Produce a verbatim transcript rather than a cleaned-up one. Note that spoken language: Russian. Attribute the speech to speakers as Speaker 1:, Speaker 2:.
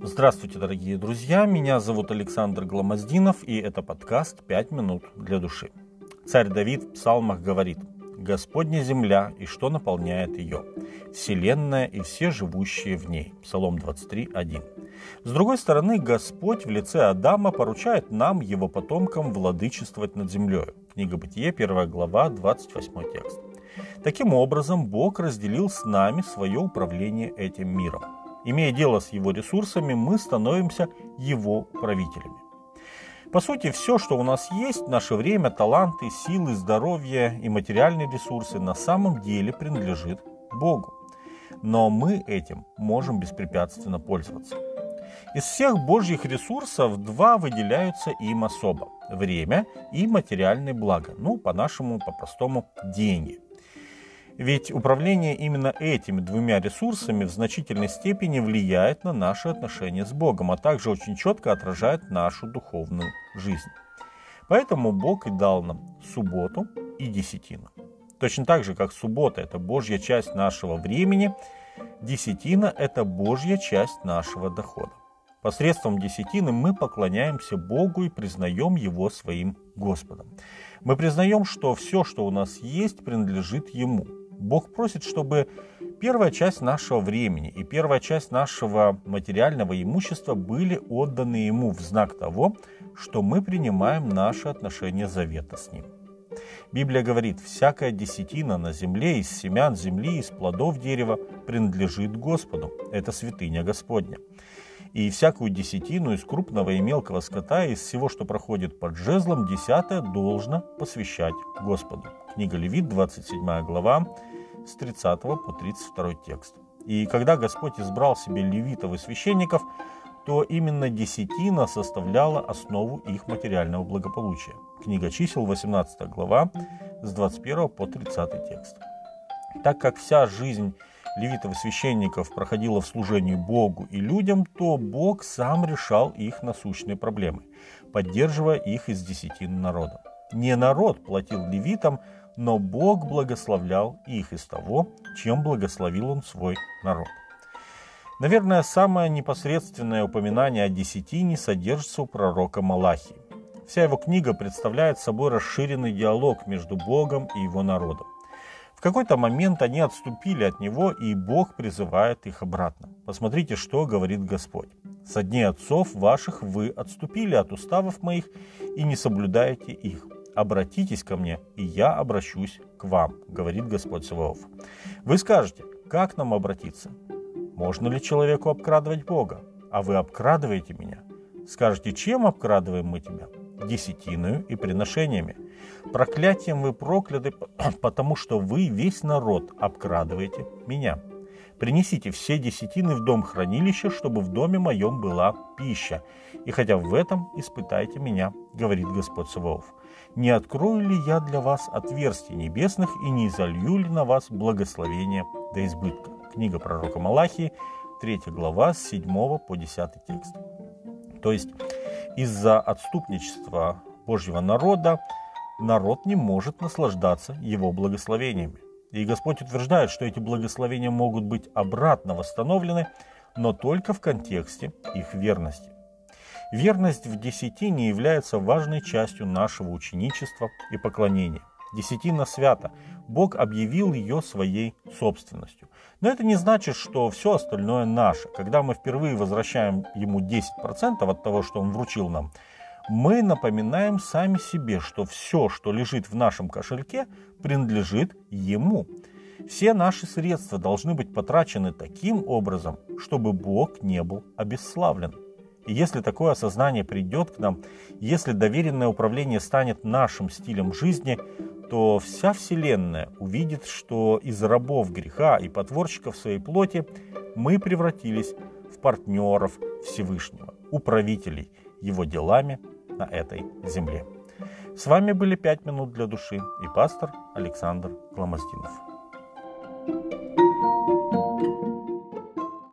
Speaker 1: Здравствуйте, дорогие друзья, меня зовут Александр Гломоздинов, и это подкаст «Пять минут для души». Царь Давид в псалмах говорит: «Господня земля и что наполняет ее, вселенная и все живущие в ней». Псалом двадцать три, один. С другой стороны, Господь в лице Адама поручает нам, его потомкам, владычествовать над землей. Книга Бытие, первая глава, двадцать восьмой текст. Таким образом, Бог разделил с нами свое управление этим миром. Имея дело с его ресурсами, мы становимся его правителями. По сути, все, что у нас есть, наше время, таланты, силы, здоровье и материальные ресурсы, на самом деле принадлежит Богу. Но мы этим можем беспрепятственно пользоваться. Из всех Божьих ресурсов два выделяются им особо – время и материальные блага, ну, по-нашему, по-простому, деньги. Ведь управление именно этими двумя ресурсами в значительной степени влияет на наши отношения с Богом, а также очень четко отражает нашу духовную жизнь. Поэтому Бог и дал нам субботу и десятину. Точно так же, как суббота – это Божья часть нашего времени, десятина – это Божья часть нашего дохода. Посредством десятины мы поклоняемся Богу и признаем Его своим Господом. Мы признаем, что все, что у нас есть, принадлежит Ему. Бог просит, чтобы первая часть нашего времени и первая часть нашего материального имущества были отданы Ему в знак того, что мы принимаем наши отношения завета с Ним. Библия говорит: «Всякая десятина на земле, из семян земли, из плодов дерева принадлежит Господу». Это святыня Господня. И всякую десятину из крупного и мелкого скота, из всего, что проходит под жезлом, десятое должно посвящать Господу. Книга Левит, двадцать седьмая глава, с тридцатого по тридцать второй текст. И когда Господь избрал себе левитов и священников, то именно десятина составляла основу их материального благополучия. Книга Чисел, восемнадцатая глава, с двадцать первого по тридцатый текст. Так как вся жизнь левитов и священников проходила в служении Богу и людям, то Бог сам решал их насущные проблемы, поддерживая их из десятин народа. Не народ платил левитам, но Бог благословлял их из того, чем благословил Он свой народ. Наверное, самое непосредственное упоминание о десятине содержится у пророка Малахии. Вся его книга представляет собой расширенный диалог между Богом и его народом. В какой-то момент они отступили от него, и Бог призывает их обратно. Посмотрите, что говорит Господь. «Со дней отцов ваших вы отступили от уставов моих и не соблюдаете их. Обратитесь ко мне, и я обращусь к вам», говорит Господь Саваоф. Вы скажете: как нам обратиться? Можно ли человеку обкрадывать Бога? А вы обкрадываете меня. Скажете: чем обкрадываем мы тебя? Десятиною и приношениями. Проклятием вы прокляты, потому что вы, весь народ, обкрадываете меня. Принесите все десятины в дом хранилища, чтобы в доме моем была пища. И хотя в этом испытайте меня, говорит Господь Саваоф. Не открою ли я для вас отверстий небесных и не изолью ли на вас благословение до избытка? Книга пророка Малахии, третья глава, с седьмого по десятый текст. То есть из-за отступничества Божьего народа народ не может наслаждаться его благословениями. И Господь утверждает, что эти благословения могут быть обратно восстановлены, но только в контексте их верности. Верность в десятине является важной частью нашего ученичества и поклонения. Десятина свята. Бог объявил ее своей собственностью. Но это не значит, что все остальное наше. Когда мы впервые возвращаем ему десять процентов от того, что он вручил нам, мы напоминаем сами себе, что все, что лежит в нашем кошельке, принадлежит ему. Все наши средства должны быть потрачены таким образом, чтобы Бог не был обесславлен. И если такое осознание придет к нам, если доверенное управление станет нашим стилем жизни, то вся Вселенная увидит, что из рабов греха и потворщиков своей плоти мы превратились в партнеров Всевышнего, управителей его делами на этой земле. С вами были «Пять минут для души» и пастор Александр Гломоздинов.